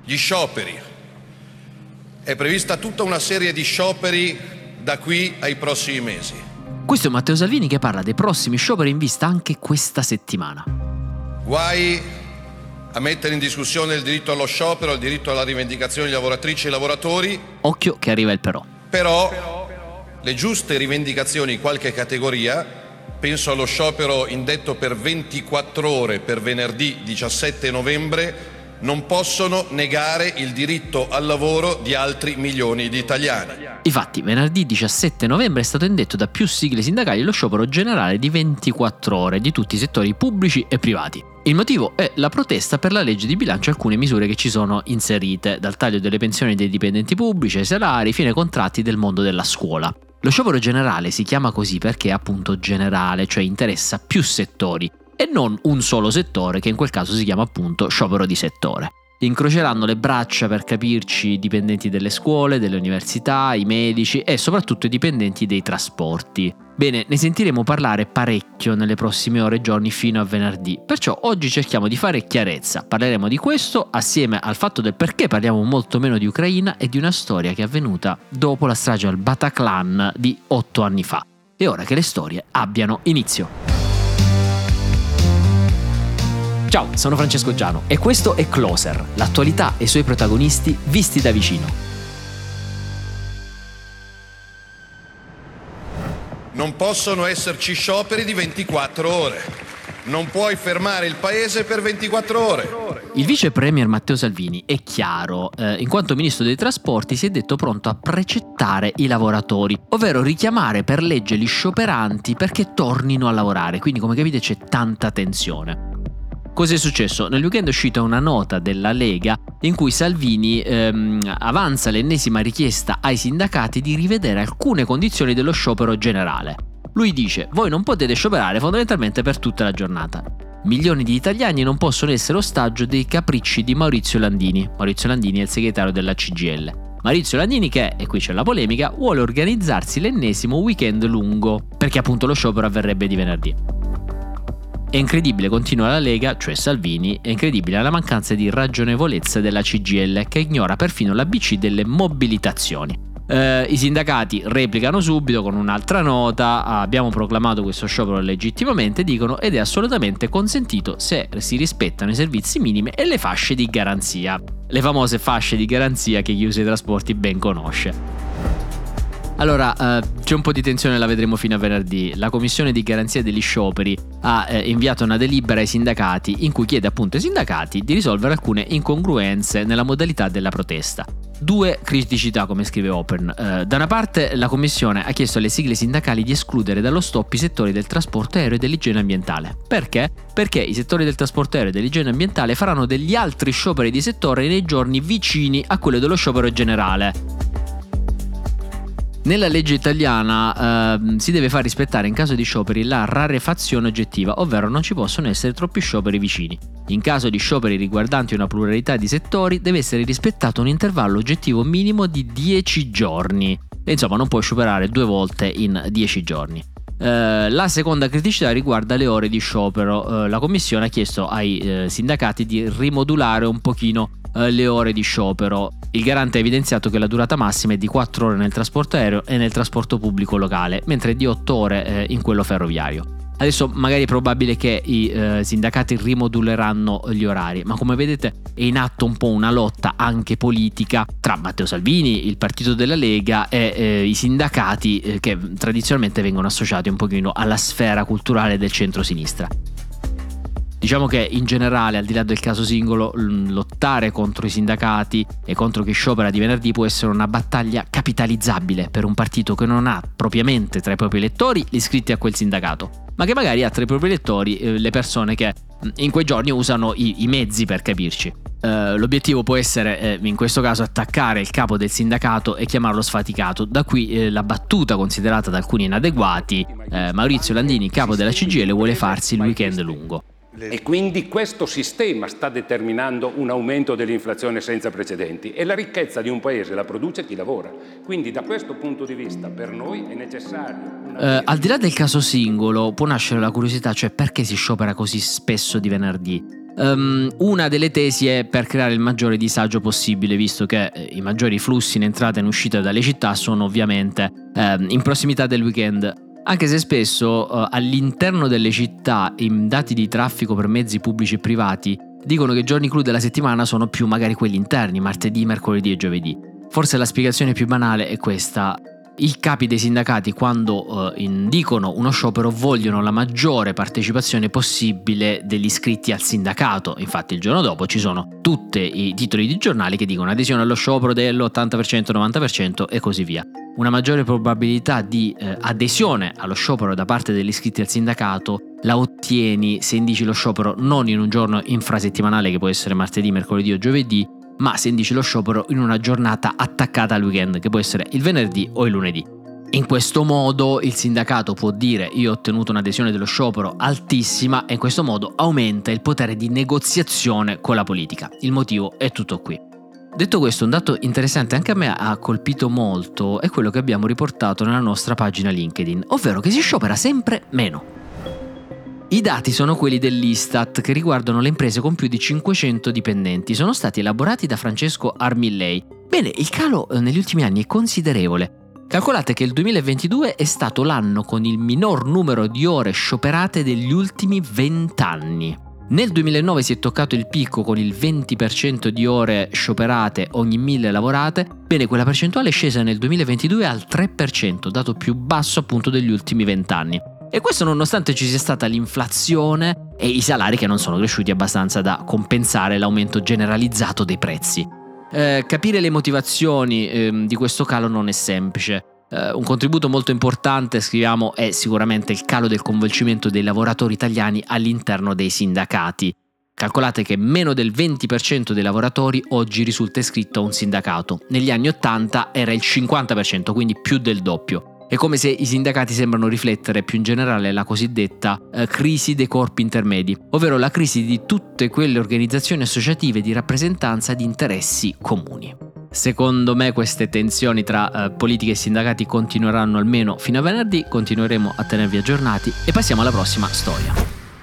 Gli scioperi. È prevista tutta una serie di scioperi da qui ai prossimi mesi. Questo è Matteo Salvini che parla dei prossimi scioperi in vista anche questa settimana. Guai a mettere in discussione il diritto allo sciopero, il diritto alla rivendicazione degli lavoratrici e lavoratori. Occhio che arriva il però. Però le giuste rivendicazioni di qualche categoria, penso allo sciopero indetto per 24 ore per venerdì 17 novembre, non possono negare il diritto al lavoro di altri milioni di italiani. Infatti, venerdì 17 novembre è stato indetto da più sigle sindacali lo sciopero generale di 24 ore di tutti i settori pubblici e privati. Il motivo è la protesta per la legge di bilancio e alcune misure che ci sono inserite, dal taglio delle pensioni dei dipendenti pubblici ai salari fino ai contratti del mondo della scuola. Lo sciopero generale si chiama così perché è appunto generale, cioè interessa più settori, e non un solo settore, che in quel caso si chiama appunto sciopero di settore. Incroceranno le braccia, per capirci, i dipendenti delle scuole, delle università, i medici e soprattutto i dipendenti dei trasporti. Bene, ne sentiremo parlare parecchio nelle prossime ore e giorni fino a venerdì, perciò oggi cerchiamo di fare chiarezza. Parleremo di questo assieme al fatto del perché parliamo molto meno di Ucraina e di una storia che è avvenuta dopo la strage al Bataclan di 8 anni fa. È ora che le storie abbiano inizio. Ciao, sono Francesco Giano e questo è Closer, l'attualità e i suoi protagonisti visti da vicino. Non possono esserci scioperi di 24 ore. Non puoi fermare il paese per 24 ore. Il vice premier Matteo Salvini è chiaro, in quanto ministro dei trasporti si è detto pronto a precettare i lavoratori, ovvero richiamare per legge gli scioperanti perché tornino a lavorare, quindi come capite c'è tanta tensione. Cos'è successo? Nel weekend è uscita una nota della Lega in cui Salvini avanza l'ennesima richiesta ai sindacati di rivedere alcune condizioni dello sciopero generale. Lui dice: voi non potete scioperare fondamentalmente per tutta la giornata. Milioni di italiani non possono essere ostaggio dei capricci di Maurizio Landini. Maurizio Landini è il segretario della CGIL. Maurizio Landini che, e qui c'è la polemica, vuole organizzarsi l'ennesimo weekend lungo, perché appunto lo sciopero avverrebbe di venerdì. È incredibile, continua la Lega, cioè Salvini, è incredibile la mancanza di ragionevolezza della CGIL che ignora perfino l'ABC delle mobilitazioni. I sindacati replicano subito con un'altra nota: abbiamo proclamato questo sciopero legittimamente, dicono, ed è assolutamente consentito se si rispettano i servizi minimi e le fasce di garanzia. Le famose fasce di garanzia che chi usa i trasporti ben conosce. Allora, c'è un po' di tensione, la vedremo fino a venerdì. La commissione di garanzia degli scioperi ha inviato una delibera ai sindacati in cui chiede appunto ai sindacati di risolvere alcune incongruenze nella modalità della protesta. 2 criticità, come scrive Open. Da una parte la commissione ha chiesto alle sigle sindacali di escludere dallo stop i settori del trasporto aereo e dell'igiene ambientale. Perché? Perché i settori del trasporto aereo e dell'igiene ambientale faranno degli altri scioperi di settore nei giorni vicini a quello dello sciopero generale. Nella legge italiana si deve far rispettare in caso di scioperi la rarefazione oggettiva, ovvero non ci possono essere troppi scioperi vicini. In caso di scioperi riguardanti una pluralità di settori deve essere rispettato un intervallo oggettivo minimo di 10 giorni. E insomma non puoi scioperare 2 volte in 10 giorni. La seconda criticità riguarda le ore di sciopero. La commissione ha chiesto ai sindacati di rimodulare un pochino le ore di sciopero. Il garante ha evidenziato che la durata massima è di 4 ore nel trasporto aereo e nel trasporto pubblico locale, mentre è di 8 ore in quello ferroviario. Adesso magari è probabile che i sindacati rimoduleranno gli orari, ma come vedete è in atto un po' una lotta anche politica tra Matteo Salvini, il partito della Lega e i sindacati che tradizionalmente vengono associati un pochino alla sfera culturale del centro-sinistra. Diciamo che in generale, al di là del caso singolo, lottare contro i sindacati e contro chi sciopera di venerdì può essere una battaglia capitalizzabile per un partito che non ha propriamente tra i propri elettori gli iscritti a quel sindacato, ma che magari ha tra i propri elettori le persone che in quei giorni usano i mezzi, per capirci. L'obiettivo può essere in questo caso attaccare il capo del sindacato e chiamarlo sfaticato. Da qui la battuta considerata da alcuni inadeguati: Maurizio Landini, capo della CGIL, vuole farsi il weekend lungo. E quindi questo sistema sta determinando un aumento dell'inflazione senza precedenti, e la ricchezza di un paese la produce chi lavora. Quindi da questo punto di vista per noi è necessario al di là del caso singolo può nascere la curiosità, cioè perché si sciopera così spesso di venerdì? Una delle tesi è per creare il maggiore disagio possibile, visto che i maggiori flussi in entrata e in uscita dalle città sono ovviamente in prossimità del weekend. Anche se spesso all'interno delle città i dati di traffico per mezzi pubblici e privati dicono che i giorni clou della settimana sono più magari quelli interni, martedì, mercoledì e giovedì. Forse la spiegazione più banale è questa: i capi dei sindacati, quando indicano uno sciopero, vogliono la maggiore partecipazione possibile degli iscritti al sindacato. Infatti il giorno dopo ci sono tutti i titoli di giornali che dicono adesione allo sciopero dell'80%, 90% e così via. Una maggiore probabilità di adesione allo sciopero da parte degli iscritti al sindacato la ottieni se indici lo sciopero non in un giorno infrasettimanale, che può essere martedì, mercoledì o giovedì, ma se indici lo sciopero in una giornata attaccata al weekend, che può essere il venerdì o il lunedì. In questo modo il sindacato può dire: io ho ottenuto un'adesione dello sciopero altissima, e in questo modo aumenta il potere di negoziazione con la politica. Il motivo è tutto qui. Detto questo, un dato interessante anche a me ha colpito molto è quello che abbiamo riportato nella nostra pagina LinkedIn, ovvero che si sciopera sempre meno. I dati sono quelli dell'Istat che riguardano le imprese con più di 500 dipendenti. Sono stati elaborati da Francesco Armillei. Bene, il calo negli ultimi anni è considerevole. Calcolate che il 2022 è stato l'anno con il minor numero di ore scioperate degli ultimi 20 anni. Nel 2009 si è toccato il picco con il 20% di ore scioperate ogni 1000 lavorate. Bene, quella percentuale è scesa nel 2022 al 3%, dato più basso appunto degli ultimi 20 anni. E questo nonostante ci sia stata l'inflazione e i salari che non sono cresciuti abbastanza da compensare l'aumento generalizzato dei prezzi. Capire le motivazioni di questo calo non è semplice. Un contributo molto importante, scriviamo, è sicuramente il calo del coinvolgimento dei lavoratori italiani all'interno dei sindacati. Calcolate che meno del 20% dei lavoratori oggi risulta iscritto a un sindacato. Negli anni 80 era il 50%, quindi più del doppio. È come se i sindacati sembrano riflettere più in generale la cosiddetta crisi dei corpi intermedi, ovvero la crisi di tutte quelle organizzazioni associative di rappresentanza di interessi comuni. Secondo me queste tensioni tra politica e sindacati continueranno almeno fino a venerdì, continueremo a tenervi aggiornati e passiamo alla prossima storia.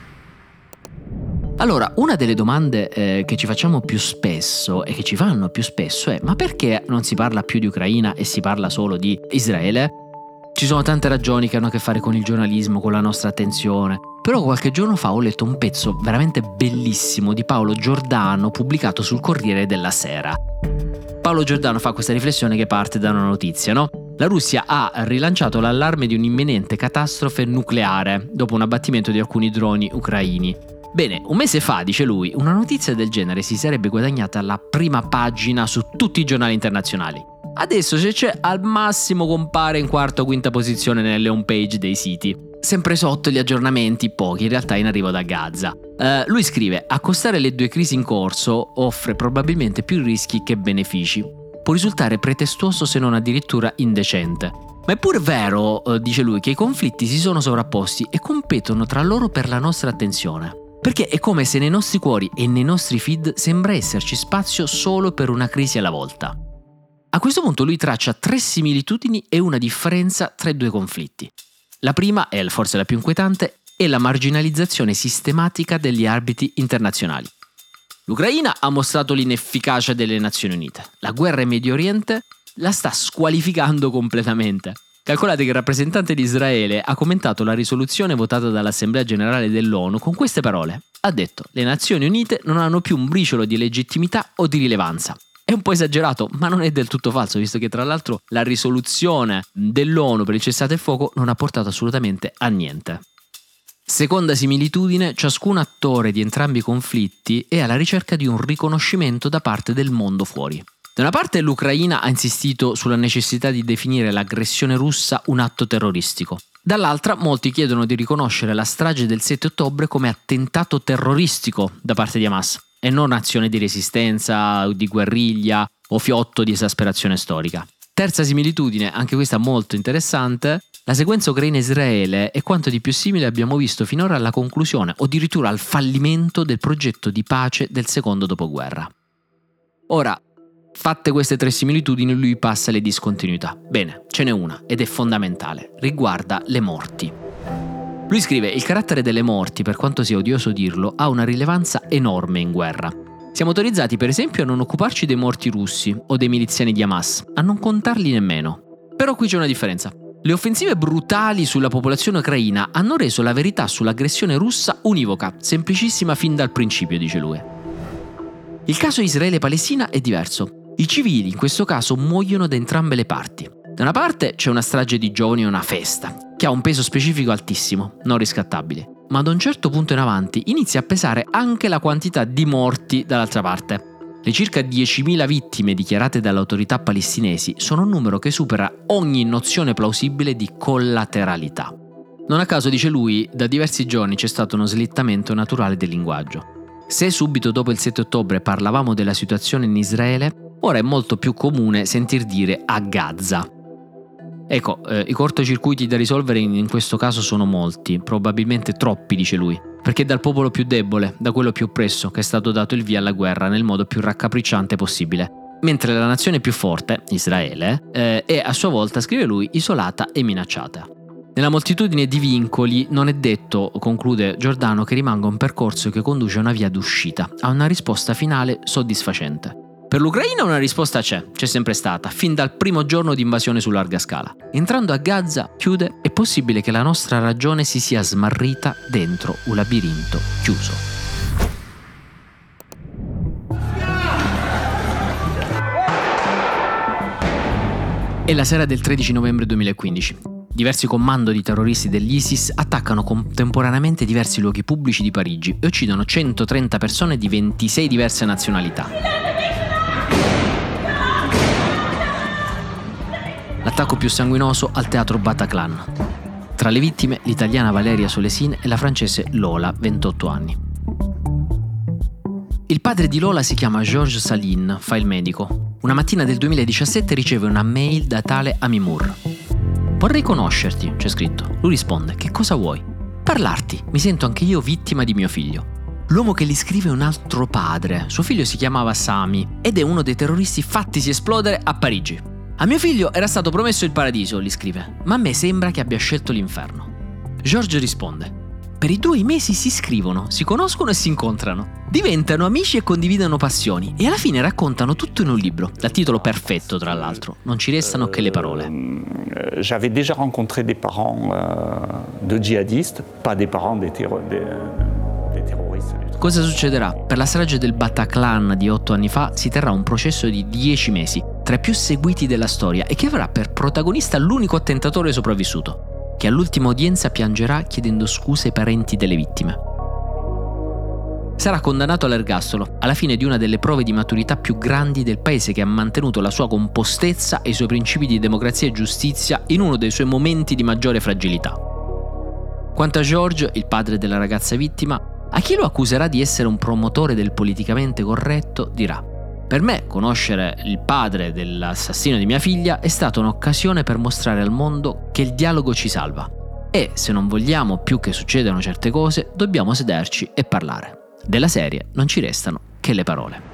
Allora, una delle domande che ci facciamo più spesso e che ci fanno più spesso è: ma perché non si parla più di Ucraina e si parla solo di Israele? Ci sono tante ragioni che hanno a che fare con il giornalismo, con la nostra attenzione. Però qualche giorno fa ho letto un pezzo veramente bellissimo di Paolo Giordano pubblicato sul Corriere della Sera. Paolo Giordano fa questa riflessione che parte da una notizia, no? La Russia ha rilanciato l'allarme di un'imminente catastrofe nucleare dopo un abbattimento di alcuni droni ucraini. Bene, un mese fa, dice lui, una notizia del genere si sarebbe guadagnata la prima pagina su tutti i giornali internazionali. Adesso se c'è, al massimo compare in quarta o quinta posizione nelle home page dei siti. Sempre sotto gli aggiornamenti, pochi in realtà in arrivo da Gaza. Lui scrive: accostare le due crisi in corso offre probabilmente più rischi che benefici. Può risultare pretestuoso se non addirittura indecente. Ma è pur vero, dice lui, che i conflitti si sono sovrapposti e competono tra loro per la nostra attenzione. Perché è come se nei nostri cuori e nei nostri feed sembra esserci spazio solo per una crisi alla volta. A questo punto lui traccia 3 similitudini e una differenza tra i due conflitti. La prima, e forse la più inquietante, è la marginalizzazione sistematica degli arbitri internazionali. L'Ucraina ha mostrato l'inefficacia delle Nazioni Unite. La guerra in Medio Oriente la sta squalificando completamente. Calcolate che il rappresentante di Israele ha commentato la risoluzione votata dall'Assemblea Generale dell'ONU con queste parole. Ha detto: le Nazioni Unite non hanno più un briciolo di legittimità o di rilevanza. È un po' esagerato, ma non è del tutto falso, visto che tra l'altro la risoluzione dell'ONU per il cessate il fuoco non ha portato assolutamente a niente. Seconda similitudine: ciascun attore di entrambi i conflitti è alla ricerca di un riconoscimento da parte del mondo fuori. Da una parte l'Ucraina ha insistito sulla necessità di definire l'aggressione russa un atto terroristico. Dall'altra molti chiedono di riconoscere la strage del 7 ottobre come attentato terroristico da parte di Hamas e non azione di resistenza, di guerriglia o fiotto di esasperazione storica. Terza similitudine, anche questa molto interessante: la sequenza Ucraina-Israele è quanto di più simile abbiamo visto finora alla conclusione o addirittura al fallimento del progetto di pace del secondo dopoguerra. Ora, fatte queste 3 similitudini, lui passa alle discontinuità. Bene, ce n'è una ed è fondamentale: riguarda le morti. Lui scrive: il carattere delle morti, per quanto sia odioso dirlo, ha una rilevanza enorme in guerra. Siamo autorizzati per esempio a non occuparci dei morti russi o dei miliziani di Hamas, a non contarli nemmeno. Però qui c'è una differenza. Le offensive brutali sulla popolazione ucraina hanno reso la verità sull'aggressione russa univoca, semplicissima fin dal principio, dice lui. Il caso Israele-Palestina è diverso. I civili in questo caso muoiono da entrambe le parti. Da una parte c'è una strage di giovani e una festa, che ha un peso specifico altissimo, non riscattabile. Ma da un certo punto in avanti inizia a pesare anche la quantità di morti dall'altra parte. Le circa 10.000 vittime dichiarate dalle autorità palestinesi sono un numero che supera ogni nozione plausibile di collateralità. Non a caso, dice lui, da diversi giorni c'è stato uno slittamento naturale del linguaggio. Se subito dopo il 7 ottobre parlavamo della situazione in Israele, ora è molto più comune sentir dire a Gaza. Ecco, i cortocircuiti da risolvere in questo caso sono molti, probabilmente troppi, dice lui, perché è dal popolo più debole, da quello più oppresso, che è stato dato il via alla guerra nel modo più raccapricciante possibile, mentre la nazione più forte, Israele, è a sua volta, scrive lui, isolata e minacciata. Nella moltitudine di vincoli non è detto, conclude Giordano, che rimanga un percorso che conduce a una via d'uscita, a una risposta finale soddisfacente. Per l'Ucraina una risposta c'è sempre stata, fin dal primo giorno di invasione su larga scala. Entrando a Gaza, chiude, è possibile che la nostra ragione si sia smarrita dentro un labirinto chiuso. È la sera del 13 novembre 2015. Diversi comando di terroristi dell'ISIS attaccano contemporaneamente diversi luoghi pubblici di Parigi e uccidono 130 persone di 26 diverse nazionalità. L'attacco più sanguinoso al teatro Bataclan. Tra le vittime l'italiana Valeria Solesin e la francese Lola, 28 anni. Il padre di Lola si chiama Georges Salin, fa il medico. Una mattina del 2017 riceve una mail da tale Amimour. Vorrei conoscerti, c'è scritto. Lui risponde: che cosa vuoi? Parlarti, mi sento anche io vittima di mio figlio. L'uomo che gli scrive è un altro padre. Suo figlio si chiamava Sami ed è uno dei terroristi fattisi esplodere a Parigi. A mio figlio era stato promesso il paradiso, gli scrive, ma a me sembra che abbia scelto l'inferno. George risponde: per i 2 mesi si scrivono, si conoscono e si incontrano, diventano amici e condividono passioni e alla fine raccontano tutto in un libro, dal titolo perfetto tra l'altro, non ci restano che le parole. J'avais déjà rencontré des parents de djihadistes, pas des parents des terroristes. Cosa succederà? Per la strage del Bataclan di 8 anni fa si terrà un processo di 10 mesi, tra i più seguiti della storia, e che avrà per protagonista l'unico attentatore sopravvissuto, che all'ultima udienza piangerà chiedendo scuse ai parenti delle vittime. Sarà condannato all'ergastolo, alla fine di una delle prove di maturità più grandi del paese che ha mantenuto la sua compostezza e i suoi principi di democrazia e giustizia in uno dei suoi momenti di maggiore fragilità. Quanto a George, il padre della ragazza vittima, a chi lo accuserà di essere un promotore del politicamente corretto dirà: per me conoscere il padre dell'assassino di mia figlia è stata un'occasione per mostrare al mondo che il dialogo ci salva e se non vogliamo più che succedano certe cose dobbiamo sederci e parlare. Della serie non ci restano che le parole.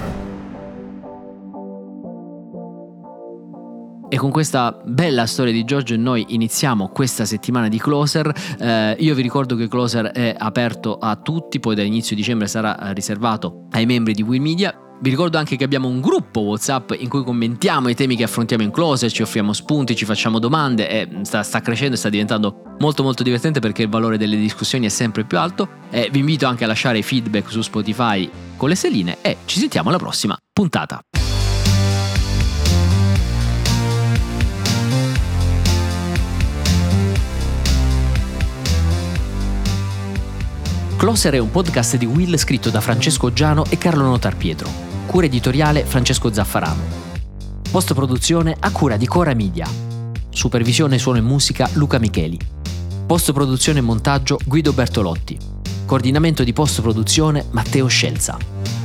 E con questa bella storia di George noi iniziamo questa settimana di Closer. Io vi ricordo che Closer è aperto a tutti, poi dall'inizio dicembre sarà riservato ai membri di Will Media. Vi ricordo anche che abbiamo un gruppo WhatsApp in cui commentiamo i temi che affrontiamo in Closer, ci offriamo spunti, ci facciamo domande e sta crescendo e sta diventando molto molto divertente perché il valore delle discussioni è sempre più alto. Vi invito anche a lasciare feedback su Spotify con le stelline e ci sentiamo alla prossima puntata. Closer è un podcast di Will scritto da Francesco Giano e Carlo Notarpietro. Cura editoriale Francesco Zaffarano. Post-produzione a cura di Cora Media. Supervisione suono e musica Luca Micheli. Post-produzione e montaggio Guido Bertolotti. Coordinamento di post-produzione Matteo Scelza.